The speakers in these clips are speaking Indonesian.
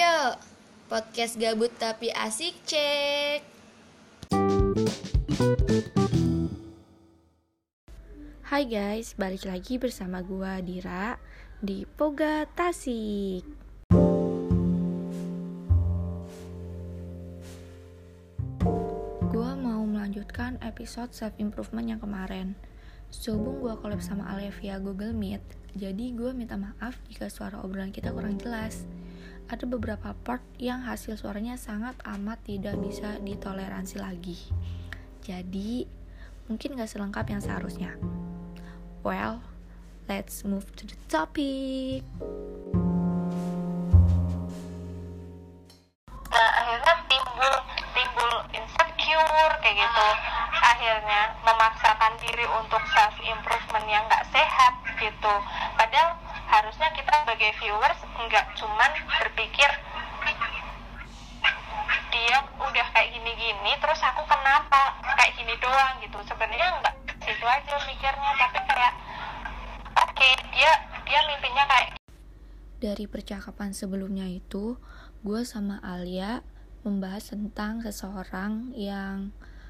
Ayo, podcast gabut tapi asik cek. Hai guys, balik lagi bersama gua Dira di Poga Tasik. Gua mau melanjutkan episode self improvement yang kemarin. Sehubung gua collab sama Alia via Google Meet, jadi gua minta maaf jika suara obrolan kita kurang jelas. Ada beberapa part yang hasil suaranya sangat amat tidak bisa ditoleransi lagi. Jadi, mungkin gak selengkap yang seharusnya. Well, let's move to the topic. Nah, akhirnya timbul insecure kayak gitu. Akhirnya memaksakan diri untuk self improvement yang nggak sehat gitu. Padahal harusnya kita sebagai viewers nggak cuman berpikir dia udah kayak gini-gini, terus aku kenapa kayak gini doang gitu. Sebenarnya nggak situ aja mikirnya, tapi kayak oke, dia mimpinya kayak. Dari percakapan sebelumnya itu, gue sama Alia membahas tentang seseorang yang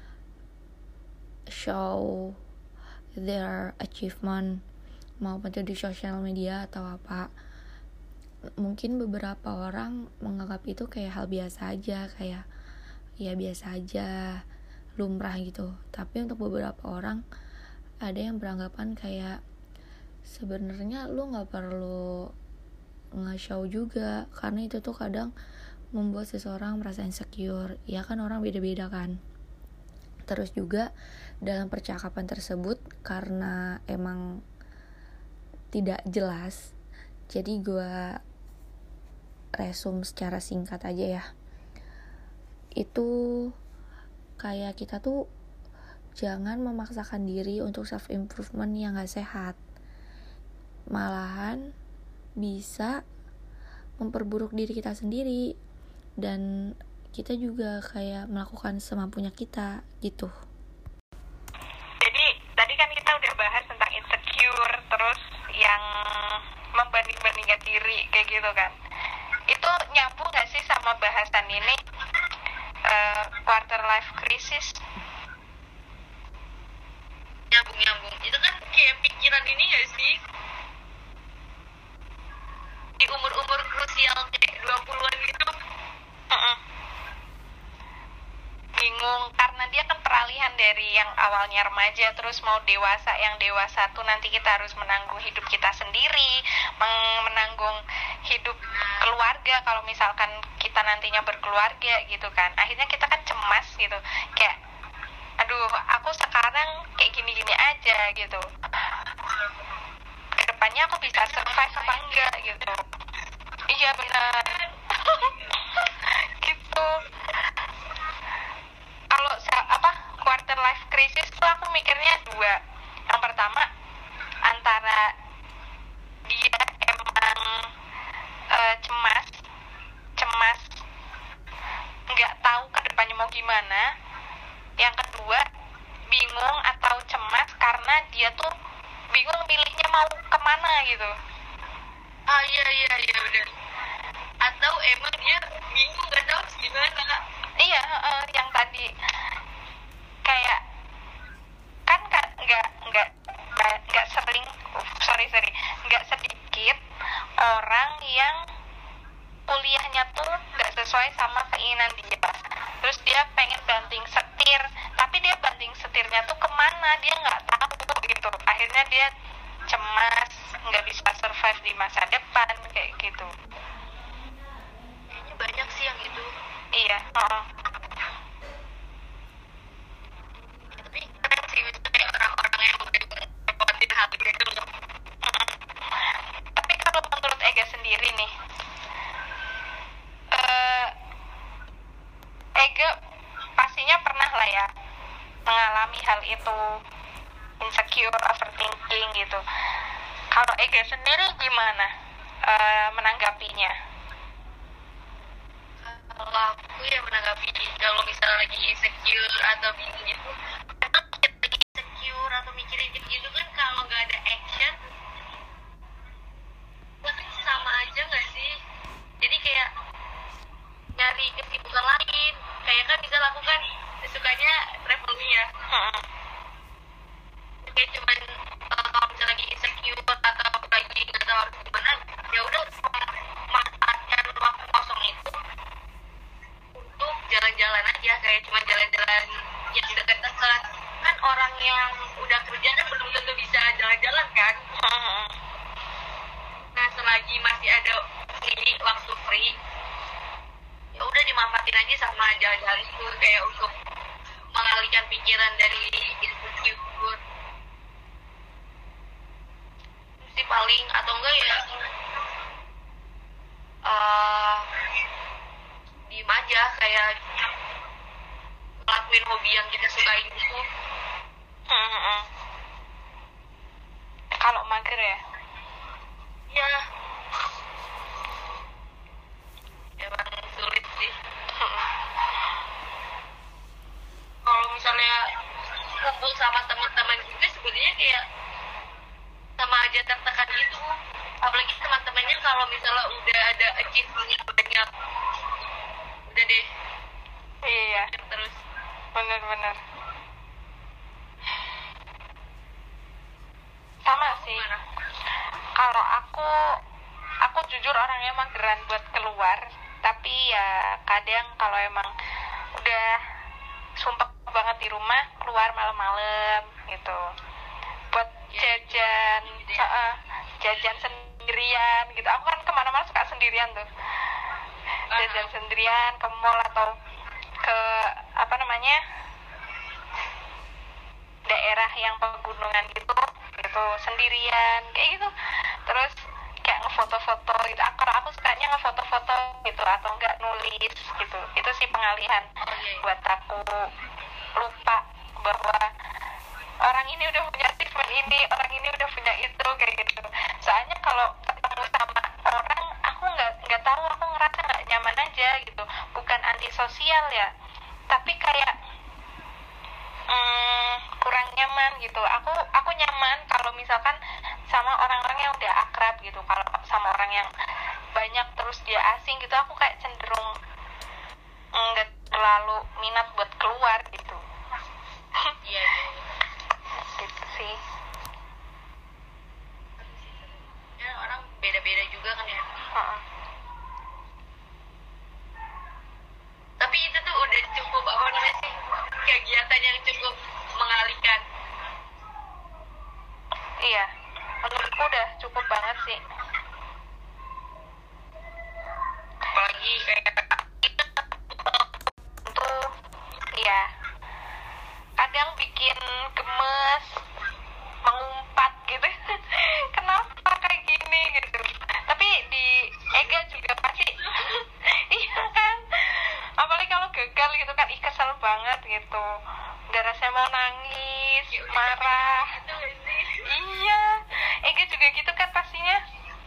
show their achievement, maupun itu di sosial media atau apa. Mungkin beberapa orang menganggap itu kayak hal biasa aja, kayak ya biasa aja, lumrah gitu. Tapi untuk beberapa orang ada yang beranggapan kayak sebenarnya lu nggak perlu nge-show juga, karena itu tuh kadang membuat seseorang merasa insecure. Ya kan, orang beda-beda kan. Terus juga dalam percakapan tersebut, karena emang tidak jelas, jadi gue resum secara singkat aja ya. Itu kayak kita tuh jangan memaksakan diri untuk self improvement yang gak sehat, malahan bisa memperburuk diri kita sendiri, dan kita juga kayak melakukan semampunya kita gitu. Jadi tadi kan kita udah bahas tentang insecure, terus yang membanding-bandingkan diri kayak gitu kan. Itu nyambung gak sih sama bahasan ini, quarter life crisis? Nyambung. Itu kan kayak pikiran ini gak sih? Di umur-umur krusial kayak 20-an gitu. Bingung, karena dia kan peralihan dari yang awalnya remaja terus mau dewasa. Yang dewasa tuh nanti kita harus menanggung hidup kita sendiri, menanggung hidup keluarga kalau misalkan kita nantinya berkeluarga gitu kan. Akhirnya kita kan cemas gitu, kayak aduh, aku sekarang kayak gini-gini aja gitu, kedepannya aku bisa survive apa enggak gitu. Iya benar. Gitu. Kalau quarter life crisis tuh aku mikirnya dua. Yang pertama, antara dia emang cemas nggak tahu kedepannya mau gimana. Yang kedua, bingung atau cemas karena dia tuh bingung milihnya mau kemana gitu. Iya benar. Atau emang dia bingung nggak tahu gimana. Iya, yang tadi kayak kan nggak sering, nggak sedikit orang yang kuliahnya tuh nggak sesuai sama keinginan dia. Terus dia pengen banting setir, tapi dia banting setirnya tuh kemana dia nggak tahu gitu. Akhirnya dia cemas, nggak bisa survive di masa depan kayak gitu. Kayaknya banyak sih yang gitu. Iya. Tapi keren sih, kayak orang-orang yang melewati hal gitu. Tapi kalau menurut Ega sendiri nih, Ega pastinya pernah lah ya mengalami hal itu, insecure, overthinking gitu. Kalau Ega sendiri gimana menanggapinya? Kalau aku ya menanggapi, kalau misalnya lagi insecure atau bingung gitu, emang lagi insecure atau mikirin gitu kan, kalau nggak ada action, tapi sama aja nggak sih? Jadi kayak cari kesibukan lain. Kayak kan misal aku kan sukanya traveling ya, kayak cuman kalau misalnya lagi insecure atau lagi nggak tahu harus gimana, ya udah memanfaatkan waktu kosong itu untuk jalan-jalan aja, kayak cuma jalan-jalan yang dekat-dekat. Kan orang yang udah kerja kan belum tentu bisa jalan-jalan kan. Nah, selagi masih ada ini waktu free, ya udah dimanfaatin aja sama jalan-jalan itu, kayak untuk mengalihkan pikiran dari insecure sih paling. Atau enggak ya diem aja, kayak ngelakuin hobi yang kita sukain itu. Kalau mager ya, Ya emang sulit sih. Kalau misalnya kumpul sama teman-teman juga sebenarnya kayak sama aja tertekan gitu, apalagi teman-temannya kalau misalnya udah ada achievement banyak, udah deh iya terus. bener-bener sama sih. Kalau aku jujur orangnya mageran buat keluar, tapi ya kadang kalau emang udah sumpah banget di rumah, keluar malam-malam gitu buat jajan, jajan sendirian gitu. Aku kan kemana-mana suka sendirian tuh, jajan sendirian ke mall atau ke apa namanya daerah yang pegunungan gitu sendirian kayak gitu. Terus kayak ngefoto-foto gitu. Kalau aku sukanya ngefoto-foto gitu atau enggak nulis gitu. Itu sih pengalihan buat aku lupa bahwa orang ini udah punya achievement ini, orang ini udah punya itu kayak gitu. Soalnya kalau ketemu sama orang, aku nggak tahu, aku ngerasa nggak nyaman aja gitu. Bukan antisosial ya, tapi kayak kurang nyaman gitu. Aku nyaman kalau misalkan sama orang-orang yang udah akrab gitu. Kalau sama orang yang banyak terus dia asing gitu, aku kayak cenderung nggak terlalu minat buat keluar gitu. Iya Gitu sih. ya, orang beda-beda juga kan ya. Tapi itu tuh udah cukup apa namanya sih, kegiatan yang cukup mengalihkan. Iya, menurutku udah cukup banget sih. Apalagi kayak Itu iya, kadang bikin gemes, mengumpat gitu. Kenapa kayak gini gitu. Tapi di Ega juga pasti iya kan, apalagi kalau gagal gitu kan, kesel banget gitu, udah rasanya mau nangis, marah. itu gak sih? Iya, Ega juga gitu kan pastinya.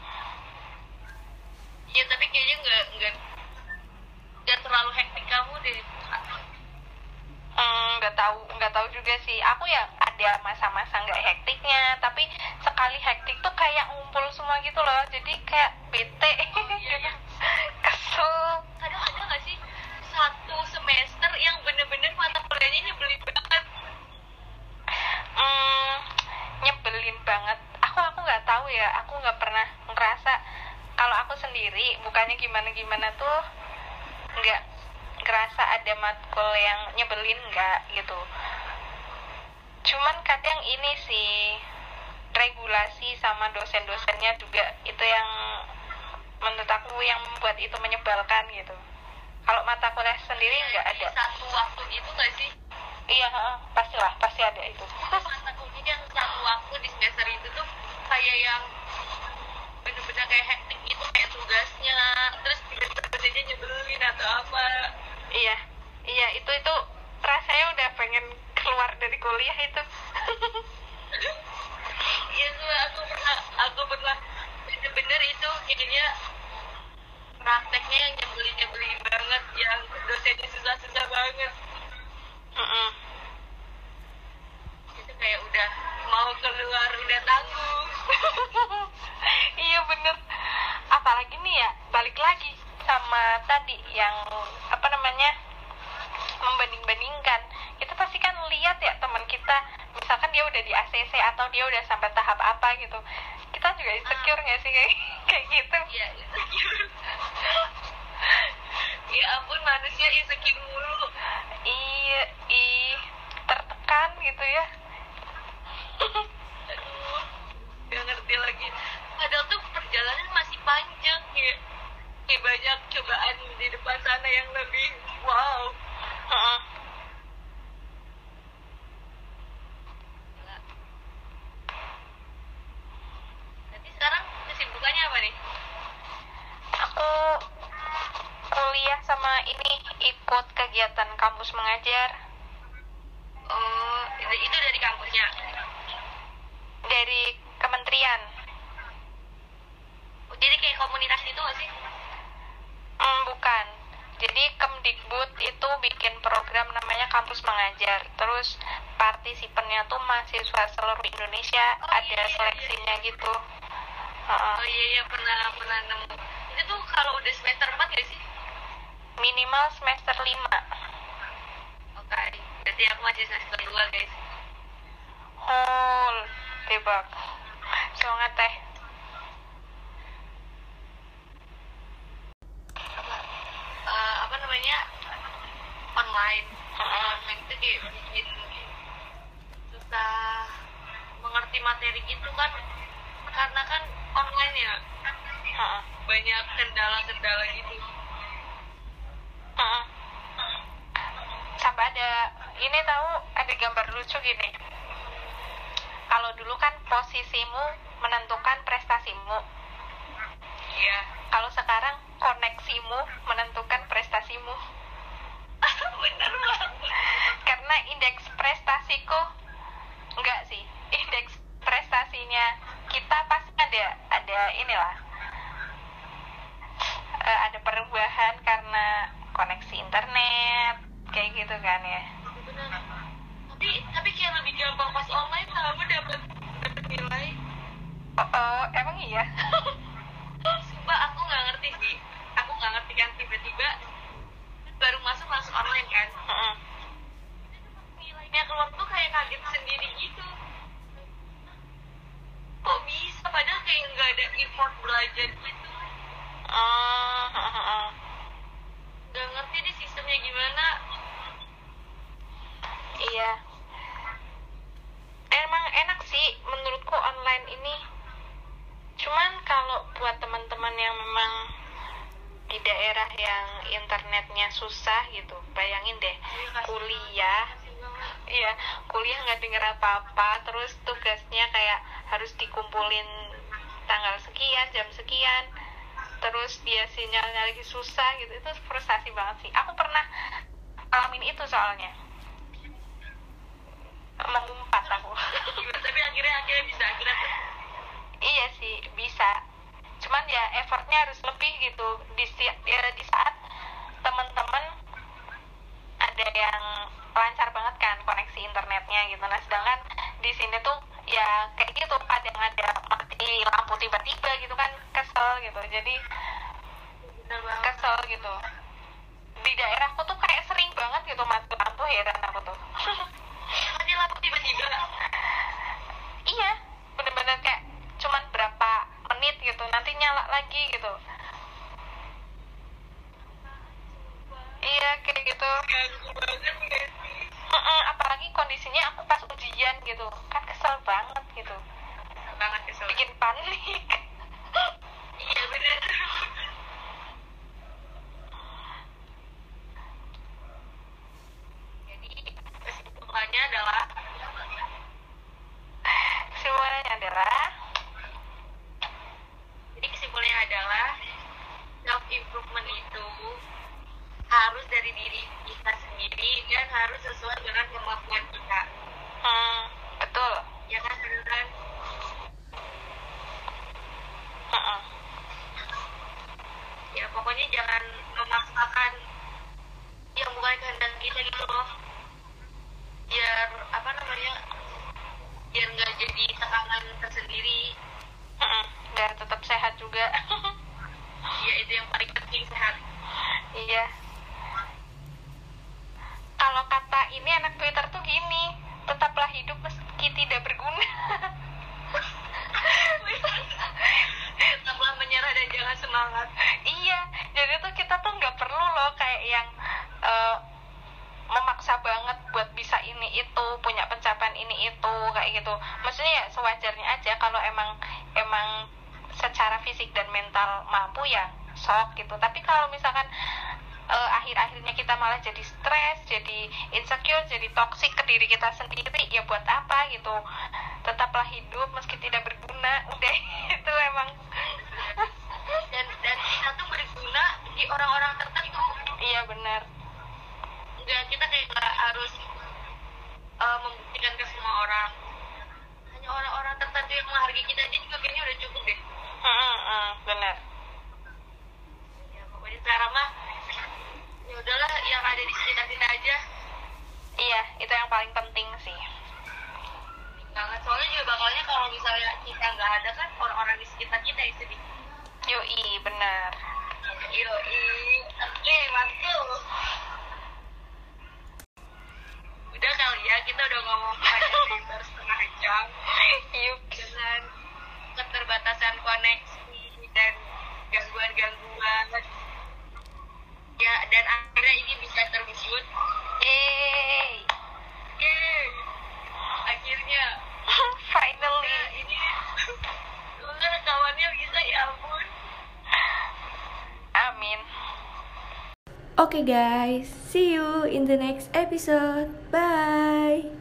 Ya tapi kayaknya nggak terlalu hektik kamu deh. Nggak tahu juga sih. Aku ya ada masa-masa nggak hektiknya, tapi sekali hektik tuh kayak ngumpul semua gitu loh, jadi kayak bete. Iya. Kesel. Kadang ada nggak sih satu semester yang bener-bener mata kuliahnya nyebelin banget? Nyebelin banget. Aku nggak tahu ya, aku nggak pernah ngerasa. Kalau aku sendiri bukannya gimana tuh nggak ngerasa ada matkul yang nyebelin, nggak gitu. Cuman kadang ini sih regulasi sama dosen-dosennya juga itu yang menurut aku yang membuat itu menyebalkan gitu. Kalau mata kuliah sendiri nggak ada. Satu waktu itu nggak sih? Iya, pasti ada itu. Mata kuliah yang satu waktu di semester itu tuh kayak yang bener-bener kayak hektik gitu, kayak tugasnya, terus dosennya nyebelin atau apa. Iya, itu rasanya udah pengen keluar dari kuliah itu. Iya tuh, aku pernah bener-bener itu kayaknya prakteknya yang nyebelin banget, yang dosennya susah-susah banget. Itu kayak udah mau keluar, udah tanggung. Iya bener. Apalagi nih ya, balik lagi sama tadi yang apa namanya, membanding-bandingkan. Kita pasti kan lihat ya teman kita, misalkan dia udah di ACC atau dia udah sampai tahap apa gitu, kita juga insecure nggak sih kayak gitu? Iya, insecure. Ya ampun, manusia insecure mulu. Iya, tertekan gitu ya. Aduh, gak ngerti lagi. Padahal tuh perjalanan masih panjang ya. Kayak banyak cobaan di depan sana yang lebih wow. Tapi sekarang kesibukannya apa nih? Aku kuliah sama ini, ikut kegiatan kampus mengajar Oh, itu dari kampusnya. dari kementerian. Oh, jadi kayak komunitas itu gak sih? Bukan. Jadi Kemdikbud itu bikin program namanya Kampus Mengajar. Terus partisipannya tuh mahasiswa seluruh Indonesia, ada seleksinya gitu. Oh iya pernah nemu. Itu tuh kalau udah semester 4 gak sih? Minimal semester 5. Oke, berarti aku masih semester 2 guys. Tebak. Soalnya teh. Apa namanya? Online. Online itu kayak bikin susah mengerti materi gitu kan, karena kan online ya. Banyak kendala-kendala gitu. Sampai ada ini, tahu ada gambar lucu gini. Kalau dulu kan posisimu menentukan prestasimu. Iya. Kalau sekarang koneksimu menentukan prestasimu. Bener banget. Karena indeks prestasiku enggak sih. Indeks prestasinya kita pasti ada inilah. Ada perubahan karena koneksi internet kayak gitu kan ya. Bener. Tapi kayak lebih gampang pas online, kamu dapat nilai. Emang iya. Sumpah aku nggak ngerti sih. Aku nggak ngerti kan, tiba-tiba baru masuk langsung online kan. Nilainya keluar tuh kayak kaget sendiri gitu. Kok bisa? Padahal kayak nggak ada effort belajar gitu. Nggak ngerti deh sistemnya gimana. Iya. Emang enak sih menurutku online ini. Cuman kalau buat teman-teman yang memang di daerah yang internetnya susah gitu, bayangin deh kuliah. Iya, kuliah nggak denger apa-apa, terus tugasnya kayak harus dikumpulin tanggal sekian, jam sekian, terus dia sinyalnya lagi susah gitu. Itu frustasi banget sih. Aku pernah alamin itu soalnya. Mengumpat aku. Tapi akhirnya bisa Iya sih, bisa. Cuman ya effortnya harus lebih gitu. Di saat teman-teman ada yang lancar banget kan koneksi internetnya gitu. Nah sedangkan di sini tuh ya kayak gitu, kadang ada mati lampu tiba-tiba gitu kan, kesel gitu. Jadi kesel gitu. Di daerahku tuh kayak sering banget gitu mati lampu, heran aku tuh. Mati lampu tiba-tiba. Iya, bener-bener kayak cuman berapa menit gitu, nanti nyala lagi gitu. Iya kayak gitu. Ganggu banget gak sih? Apalagi kondisinya aku pas ujian gitu, kan kesel banget gitu. Banget kesel. Bikin panik. Iya bener. Jadi kesimpulannya adalah self improvement itu harus dari diri kita sendiri dan harus sesuai dengan kemampuan kita. Betul. Ya kan, bener kan? Ya pokoknya jangan memaksakan yang bukan kehendak kita gitu loh. Biar apa namanya? Biar nggak jadi tekanan tersendiri. Biar tetap sehat juga. Iya, itu yang paling penting, sehat. Iya. Kalau kata ini anak Twitter tuh gini, tetaplah hidup meski tidak berguna. Tetaplah menyerah dan jangan semangat. Iya, jadi tuh kita tuh nggak perlu loh kayak yang memaksa banget buat bisa ini itu, punya pencapaian ini itu kayak gitu. Maksudnya ya sewajarnya aja, kalau emang secara fisik dan mental mampu ya sok gitu. Tapi kalau misalkan akhir-akhirnya kita malah jadi stres, jadi insecure, jadi toksik ke diri kita sendiri, ya buat apa gitu. Tetaplah hidup meski tidak berguna, udah itu emang. dan kita tuh berguna di orang-orang tertentu. Iya benar. Enggak, kita kayak nggak harus membuktikan ke semua orang. Hanya orang-orang tertentu yang menghargai kita aja juga kayaknya udah cukup deh. Benar. Ya pokoknya sekarang mah ya udahlah, yang ada di sekitar kita aja. Iya, itu yang paling penting sih. Banget, soalnya juga bakalnya kalau misalnya kita nggak ada kan orang-orang di sekitar kita yang sedih. Yoi, benar. Yoi, oke, mantul. Udah kali ya, kita udah ngomong panjang lebar setengah jam. Yuk. Dengan keterbatasan koneksi dan gangguan-gangguan. Ya, dan akhirnya ini bisa terwujud. Yeay. Yeay. Akhirnya. Finally. Nah, ini semoga rekamannya bisa, ya ampun. Amin. Okay guys, see you in the next episode. Bye.